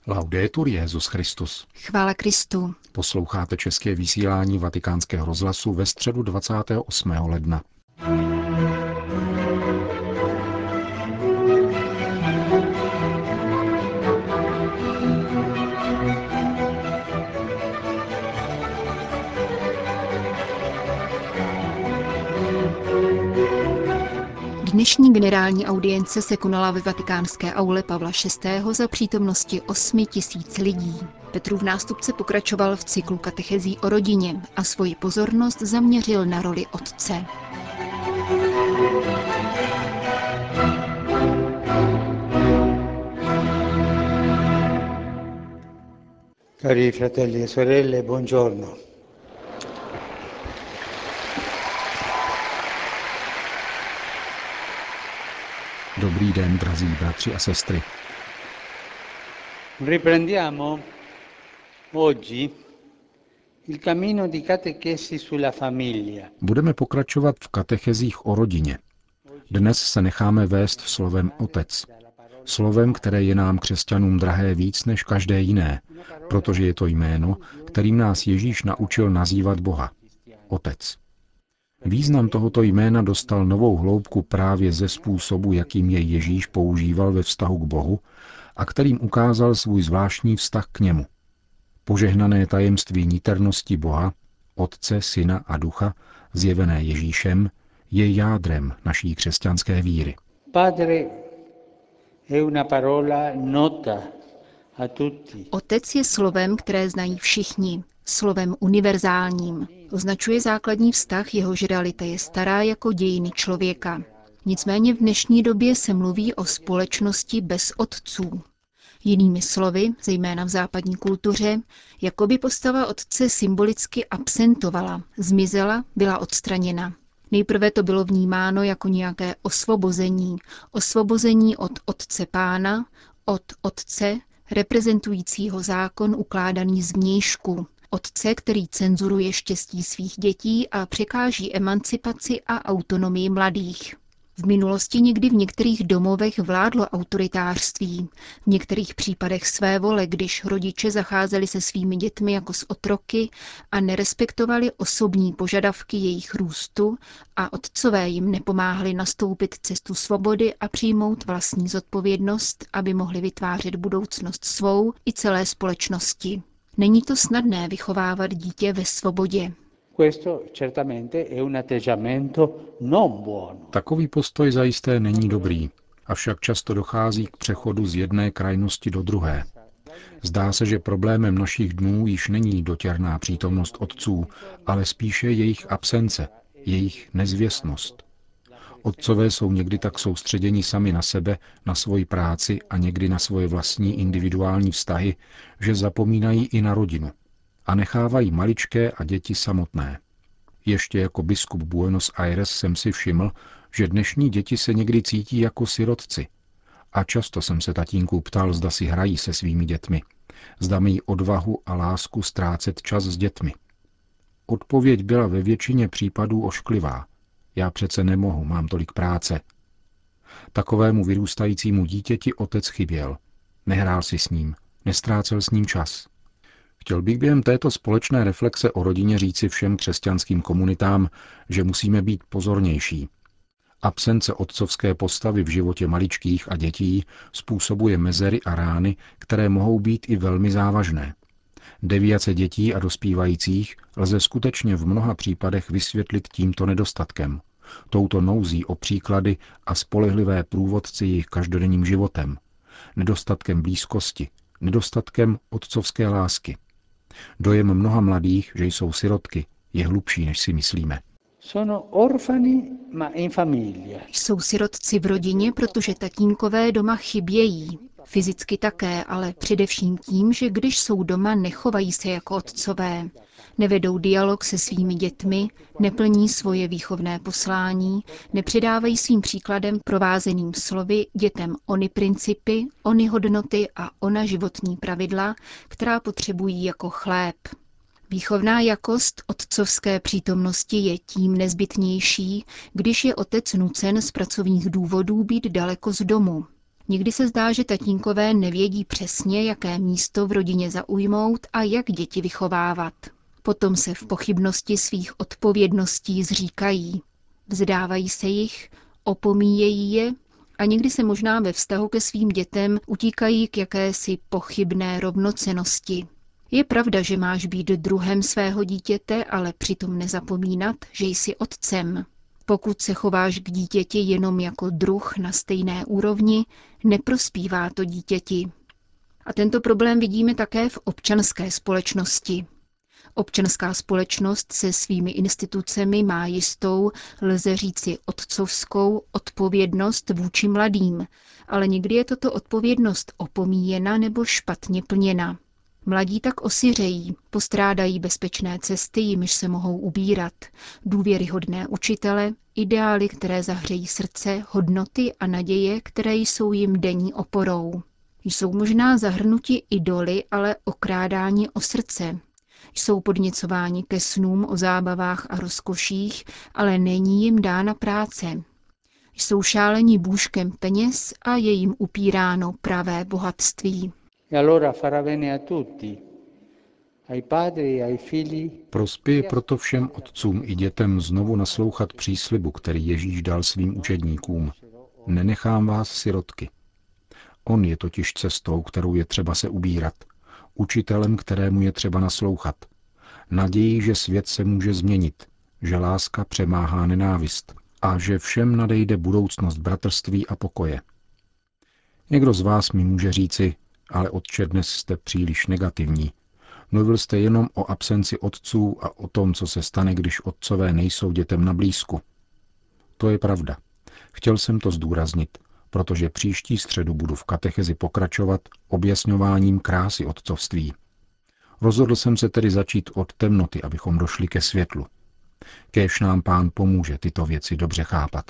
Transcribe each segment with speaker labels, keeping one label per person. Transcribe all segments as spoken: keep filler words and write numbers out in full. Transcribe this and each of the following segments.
Speaker 1: Laudetur Jesus Christus.
Speaker 2: Chvála Kristu.
Speaker 1: Posloucháte české vysílání Vatikánského rozhlasu ve středu dvacátého osmého ledna.
Speaker 2: Dnešní generální audience se konala ve vatikánské aule Pavla šestého za přítomnosti osmi tisíc lidí. Petrův nástupce pokračoval v cyklu katechezí o rodině a svoji pozornost zaměřil na roli otce.
Speaker 3: Cari fratelli e sorelle, buongiorno.
Speaker 1: Dobrý den, drazí bratři a sestry.
Speaker 3: Riprendiamo oggi il cammino di catechesi sulla famiglia.
Speaker 1: Budeme pokračovat v katechezích o rodině. Dnes se necháme vést slovem otec. Slovem, které je nám křesťanům drahé víc než každé jiné, protože je to jméno, kterým nás Ježíš naučil nazývat Boha. Otec. Význam tohoto jména dostal novou hloubku právě ze způsobu, jakým jej Ježíš používal ve vztahu k Bohu a kterým ukázal svůj zvláštní vztah k němu. Požehnané tajemství niternosti Boha, Otce, Syna a Ducha, zjevené Ježíšem, je jádrem naší křesťanské víry.
Speaker 3: Padre è una parola nota a tutti.
Speaker 2: Otec je slovem, které znají všichni, slovem univerzálním. Označuje základní vztah, jehož realita je stará jako dějiny člověka. Nicméně v dnešní době se mluví o společnosti bez otců. Jinými slovy, zejména v západní kultuře, jako by postava otce symbolicky absentovala, zmizela, byla odstraněna. Nejprve to bylo vnímáno jako nějaké osvobození, osvobození od otce pána, od otce, reprezentujícího zákon ukládaný zvnějšku, otce, který cenzuruje štěstí svých dětí a překáží emancipaci a autonomii mladých. V minulosti někdy v některých domovech vládlo autoritářství, v některých případech svévole, když rodiče zacházeli se svými dětmi jako s otroky a nerespektovali osobní požadavky jejich růstu a otcové jim nepomáhali nastoupit cestu svobody a přijmout vlastní zodpovědnost, aby mohli vytvářet budoucnost svou i celé společnosti. Není to snadné vychovávat dítě ve svobodě.
Speaker 1: Takový postoj zajisté není dobrý, avšak často dochází k přechodu z jedné krajnosti do druhé. Zdá se, že problémem našich dnů již není dotěrná přítomnost otců, ale spíše jejich absence, jejich nezvěstnost. Otcové jsou někdy tak soustředěni sami na sebe, na svoji práci a někdy na svoje vlastní individuální vztahy, že zapomínají i na rodinu a nechávají maličké a děti samotné. Ještě jako biskup Buenos Aires jsem si všiml, že dnešní děti se někdy cítí jako sirotci. A často jsem se tatínků ptal, zda si hrají se svými dětmi. Zda mají odvahu a lásku ztrácet čas s dětmi. Odpověď byla ve většině případů ošklivá. Já přece nemohu, mám tolik práce. Takovému vyrůstajícímu dítěti otec chyběl. Nehrál si s ním, nestrácel s ním čas. Chtěl bych během této společné reflexe o rodině říci všem křesťanským komunitám, že musíme být pozornější. Absence otcovské postavy v životě maličkých a dětí způsobuje mezery a rány, které mohou být i velmi závažné. Deviace dětí a dospívajících lze skutečně v mnoha případech vysvětlit tímto nedostatkem, touto nouzí o příklady a spolehlivé průvodci jejich každodenním životem, nedostatkem blízkosti, nedostatkem otcovské lásky. Dojem mnoha mladých, že jsou sirotky, je hlubší, než si myslíme.
Speaker 2: Jsou sirotci v rodině, protože tatínkové doma chybějí. Fyzicky také, ale především tím, že když jsou doma, nechovají se jako otcové. Nevedou dialog se svými dětmi, neplní svoje výchovné poslání, nepředávají svým příkladem provázeným slovy dětem ony principy, ony hodnoty a ona životní pravidla, která potřebují jako chléb. Výchovná jakost otcovské přítomnosti je tím nezbytnější, když je otec nucen z pracovních důvodů být daleko z domu. Někdy se zdá, že tatínkové nevědí přesně, jaké místo v rodině zaujmout a jak děti vychovávat. Potom se v pochybnosti svých odpovědností zříkají. Vzdávají se jich, opomíjejí je a někdy se možná ve vztahu ke svým dětem utíkají k jakési pochybné rovnocennosti. Je pravda, že máš být druhem svého dítěte, ale přitom nezapomínat, že jsi otcem. Pokud se chováš k dítěti jenom jako druh na stejné úrovni, neprospívá to dítěti. A tento problém vidíme také v občanské společnosti. Občanská společnost se svými institucemi má jistou, lze říci otcovskou, odpovědnost vůči mladým, ale někdy je tato odpovědnost opomíjena nebo špatně plněna. Mladí tak osiřejí, postrádají bezpečné cesty, jimiž se mohou ubírat, důvěryhodné učitele, ideály, které zahřejí srdce, hodnoty a naděje, které jsou jim denní oporou. Jsou možná zahrnuti idoly, ale okrádáni o srdce. Jsou podněcováni ke snům o zábavách a rozkoších, ale není jim dána práce. Jsou šáleni bůžkem peněz a je jim upíráno pravé bohatství.
Speaker 1: Prospěje proto všem otcům i dětem znovu naslouchat příslibu, který Ježíš dal svým učedníkům. Nenechám vás sirotky. On je totiž cestou, kterou je třeba se ubírat. Učitelem, kterému je třeba naslouchat. Naději, že svět se může změnit, že láska přemáhá nenávist a že všem nadejde budoucnost bratrství a pokoje. Někdo z vás mi může říci, ale otče, dnes jste příliš negativní. Mluvil jste jenom o absenci otců a o tom, co se stane, když otcové nejsou dětem na blízku. To je pravda. Chtěl jsem to zdůraznit, protože příští středu budu v katechezi pokračovat objasňováním krásy otcovství. Rozhodl jsem se tedy začít od temnoty, abychom došli ke světlu. Kéž nám Pán pomůže tyto věci dobře chápat.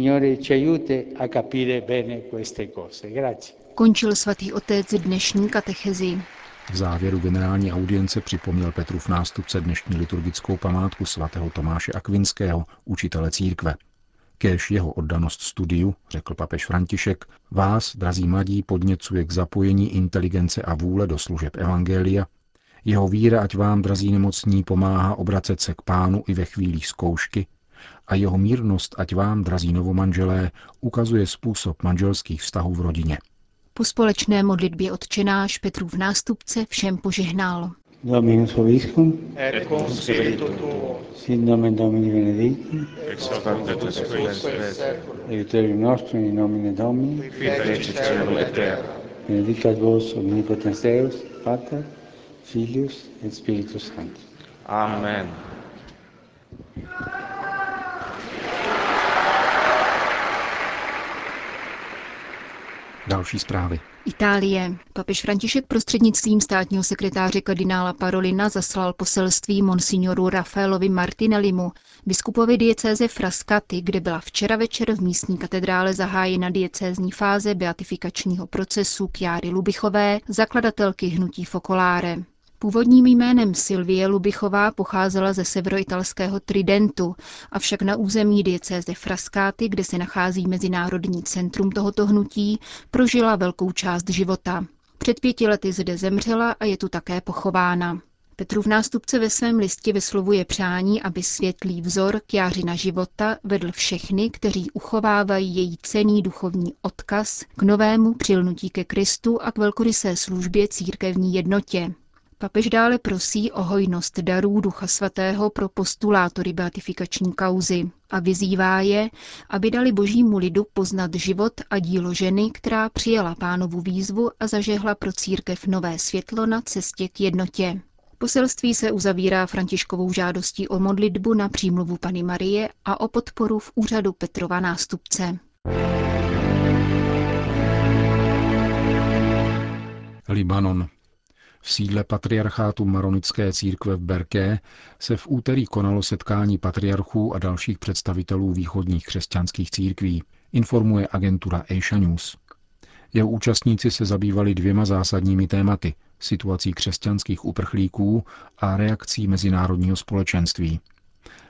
Speaker 2: Končil svatý otec dnešní katechezi.
Speaker 1: V závěru generální audience připomněl Petrův nástupce dnešní liturgickou památku svatého Tomáše Akvinského, učitele církve. Kéž jeho oddanost studiu, řekl papež František, vás, drazí mladí, podněcuje k zapojení inteligence a vůle do služeb evangelia. Jeho víra, ať vám, drazí nemocní, pomáhá obracet se k Pánu i ve chvílích zkoušky a jeho mírnost, ať vám, drazí novomanželé, ukazuje způsob manželských vztahů v rodině.
Speaker 2: Po společné modlitbě Otčenáš Petrův nástupce všem požehnal.
Speaker 3: Dominus vobiscum, et cum spiritu tuo, sit nomen Domini benedictum,
Speaker 4: ex hoc ante spes,
Speaker 3: aiuterium nostrum in nomine Domini,
Speaker 4: qui fecit caelum et terra.
Speaker 3: benedicat vos omnipotens Deus, Pater, Filius et Spiritus Sanctus.
Speaker 4: Amen.
Speaker 1: Další zprávy.
Speaker 2: Itálie. Papež František prostřednictvím státního sekretáře kardinála Parolina zaslal poselství monsignoru Raffaelovi Martinellimu, biskupovi diecéze Frascati, kde byla včera večer v místní katedrále zahájena diecézní fáze beatifikačního procesu Chiary Lubichové, zakladatelky hnutí Focolare. Původním jménem Sylvie Lubichová pocházela ze severoitalského Tridentu, avšak na území diecéze Frascati, kde se nachází mezinárodní centrum tohoto hnutí, prožila velkou část života. Před pěti lety zde zemřela a je tu také pochována. Petrův nástupce ve svém listě vyslovuje přání, aby světlý vzor Chiaryna života vedl všechny, kteří uchovávají její cenný duchovní odkaz k novému přilnutí ke Kristu a k velkorysé službě církevní jednotě. Papež dále prosí o hojnost darů Ducha Svatého pro postulátory beatifikační kauzy a vyzývá je, aby dali božímu lidu poznat život a dílo ženy, která přijala Pánovu výzvu a zažehla pro církev nové světlo na cestě k jednotě. Poselství se uzavírá Františkovou žádostí o modlitbu na přímluvu Panny Marie a o podporu v úřadu Petrova nástupce.
Speaker 1: Libanon. V sídle patriarchátu Maronické církve v Berké se v úterý konalo setkání patriarchů a dalších představitelů východních křesťanských církví, informuje agentura Asia News. Jeho účastníci se zabývali dvěma zásadními tématy, situací křesťanských uprchlíků a reakcí mezinárodního společenství.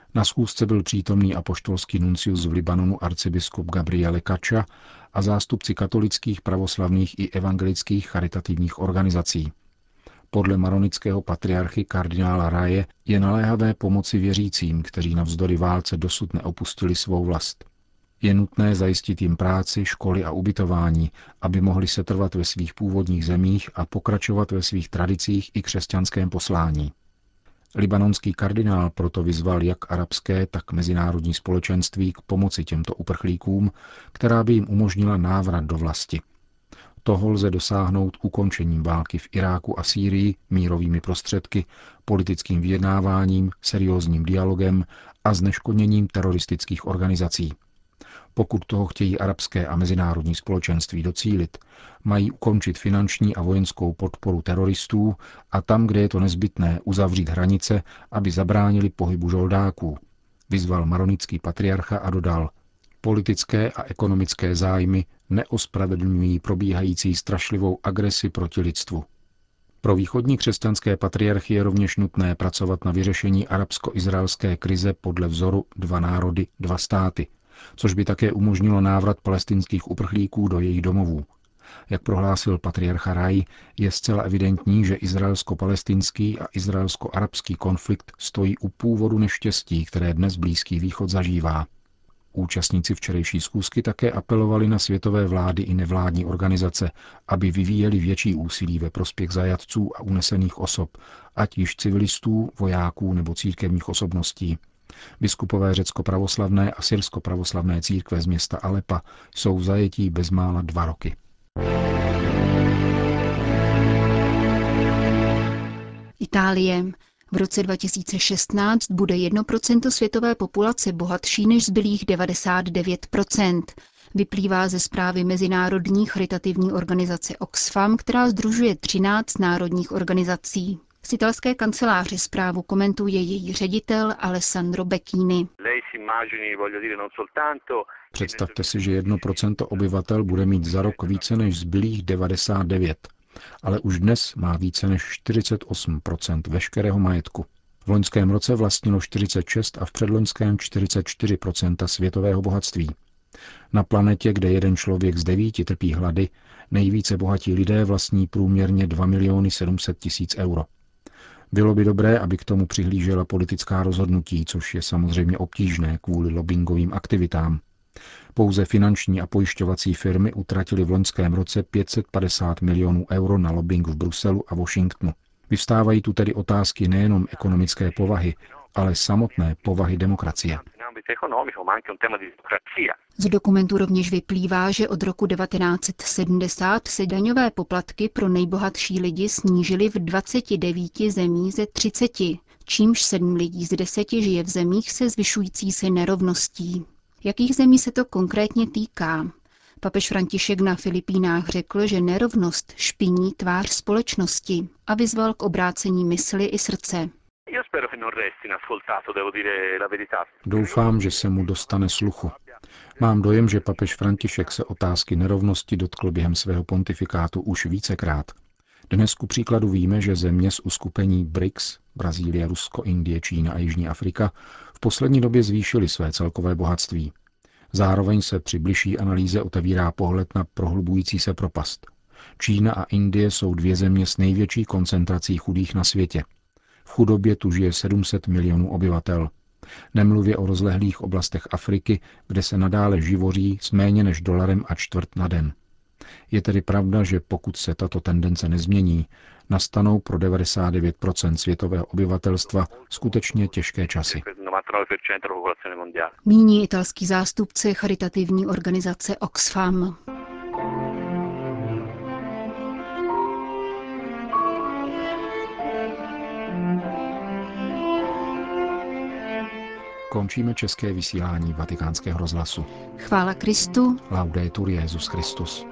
Speaker 1: Na schůzce byl přítomný apoštolský nuncius v Libanonu arcibiskup Gabriele Kača a zástupci katolických, pravoslavných i evangelických charitativních organizací. Podle maronického patriarchy kardinála Raje je naléhavé pomoci věřícím, kteří navzdory válce dosud neopustili svou vlast. Je nutné zajistit jim práci, školy a ubytování, aby mohli setrvat ve svých původních zemích a pokračovat ve svých tradicích i křesťanském poslání. Libanonský kardinál proto vyzval jak arabské, tak mezinárodní společenství k pomoci těmto uprchlíkům, která by jim umožnila návrat do vlasti. Toho lze dosáhnout ukončením války v Iráku a Sýrii mírovými prostředky, politickým vyjednáváním, seriózním dialogem a zneškodněním teroristických organizací. Pokud toho chtějí arabské a mezinárodní společenství docílit, mají ukončit finanční a vojenskou podporu teroristů a tam, kde je to nezbytné, uzavřít hranice, aby zabránili pohybu žoldáků, vyzval maronický patriarcha a dodal: politické a ekonomické zájmy neospravedlňují probíhající strašlivou agresi proti lidstvu. Pro východní křesťanské patriarchy je rovněž nutné pracovat na vyřešení arabsko-izraelské krize podle vzoru dva národy, dva státy, což by také umožnilo návrat palestinských uprchlíků do jejich domovů. Jak prohlásil patriarcha Raj, je zcela evidentní, že izraelsko-palestinský a izraelsko-arabský konflikt stojí u původu neštěstí, které dnes Blízký východ zažívá. Účastníci včerejší schůzky také apelovali na světové vlády i nevládní organizace, aby vyvíjeli větší úsilí ve prospěch zajatců a unesených osob, ať již civilistů, vojáků nebo církevních osobností. Biskupové řecko-pravoslavné a syrsko-pravoslavné církve z města Alepa jsou v zajetí bezmála dva roky.
Speaker 2: Itálie. V roce dva tisíce šestnáct bude jedno procento světové populace bohatší než zbylých devadesát devět procent. Vyplývá ze zprávy mezinárodní charitativní organizace Oxfam, která sdružuje třináct národních organizací. Z italské kanceláře zprávu komentuje její ředitel Alessandro Becchini.
Speaker 1: Představte si, že jedno procento obyvatel bude mít za rok více než zbylých devadesát devět, ale už dnes má více než čtyřicet osm procent veškerého majetku. V loňském roce vlastnilo čtyřicet šest a v předloňském čtyřicet čtyři procent světového bohatství. Na planetě, kde jeden člověk z devíti trpí hlady, nejvíce bohatí lidé vlastní průměrně dva miliony sedm set tisíc euro. Bylo by dobré, aby k tomu přihlížela politická rozhodnutí, což je samozřejmě obtížné kvůli lobbingovým aktivitám. Pouze finanční a pojišťovací firmy utratily v loňském roce pět set padesát milionů euro na lobbying v Bruselu a Washingtonu. Vyvstávají tu tedy otázky nejenom ekonomické povahy, ale samotné povahy demokracie.
Speaker 2: Z dokumentu rovněž vyplývá, že od roku devatenáct set sedmdesát se daňové poplatky pro nejbohatší lidi snížily v dvaceti devíti zemích ze třiceti, čímž sedm lidí z deseti žije v zemích se zvyšující se nerovností. Jakých zemí se to konkrétně týká? Papež František na Filipínách řekl, že nerovnost špiní tvář společnosti a vyzval k obrácení mysli i srdce.
Speaker 1: Doufám, že se mu dostane sluchu. Mám dojem, že papež František se otázky nerovnosti dotkl během svého pontifikátu už vícekrát. Dnes ku příkladu víme, že země z uskupení B R I C S, Brazílie, Rusko, Indie, Čína a Jižní Afrika, v poslední době zvýšily své celkové bohatství. Zároveň se při bližší analýze otevírá pohled na prohlubující se propast. Čína a Indie jsou dvě země s největší koncentrací chudých na světě. V chudobě tu žije sedm set milionů obyvatel. Nemluvě o rozlehlých oblastech Afriky, kde se nadále živoří s méně než dolarem a čtvrt na den. Je tedy pravda, že pokud se tato tendence nezmění, nastanou pro devadesát devět procent světového obyvatelstva skutečně těžké časy.
Speaker 2: Míní italský zástupce charitativní organizace Oxfam.
Speaker 1: Končíme české vysílání Vatikánského rozhlasu.
Speaker 2: Chvála Kristu.
Speaker 1: Laudetur Jesus Christus.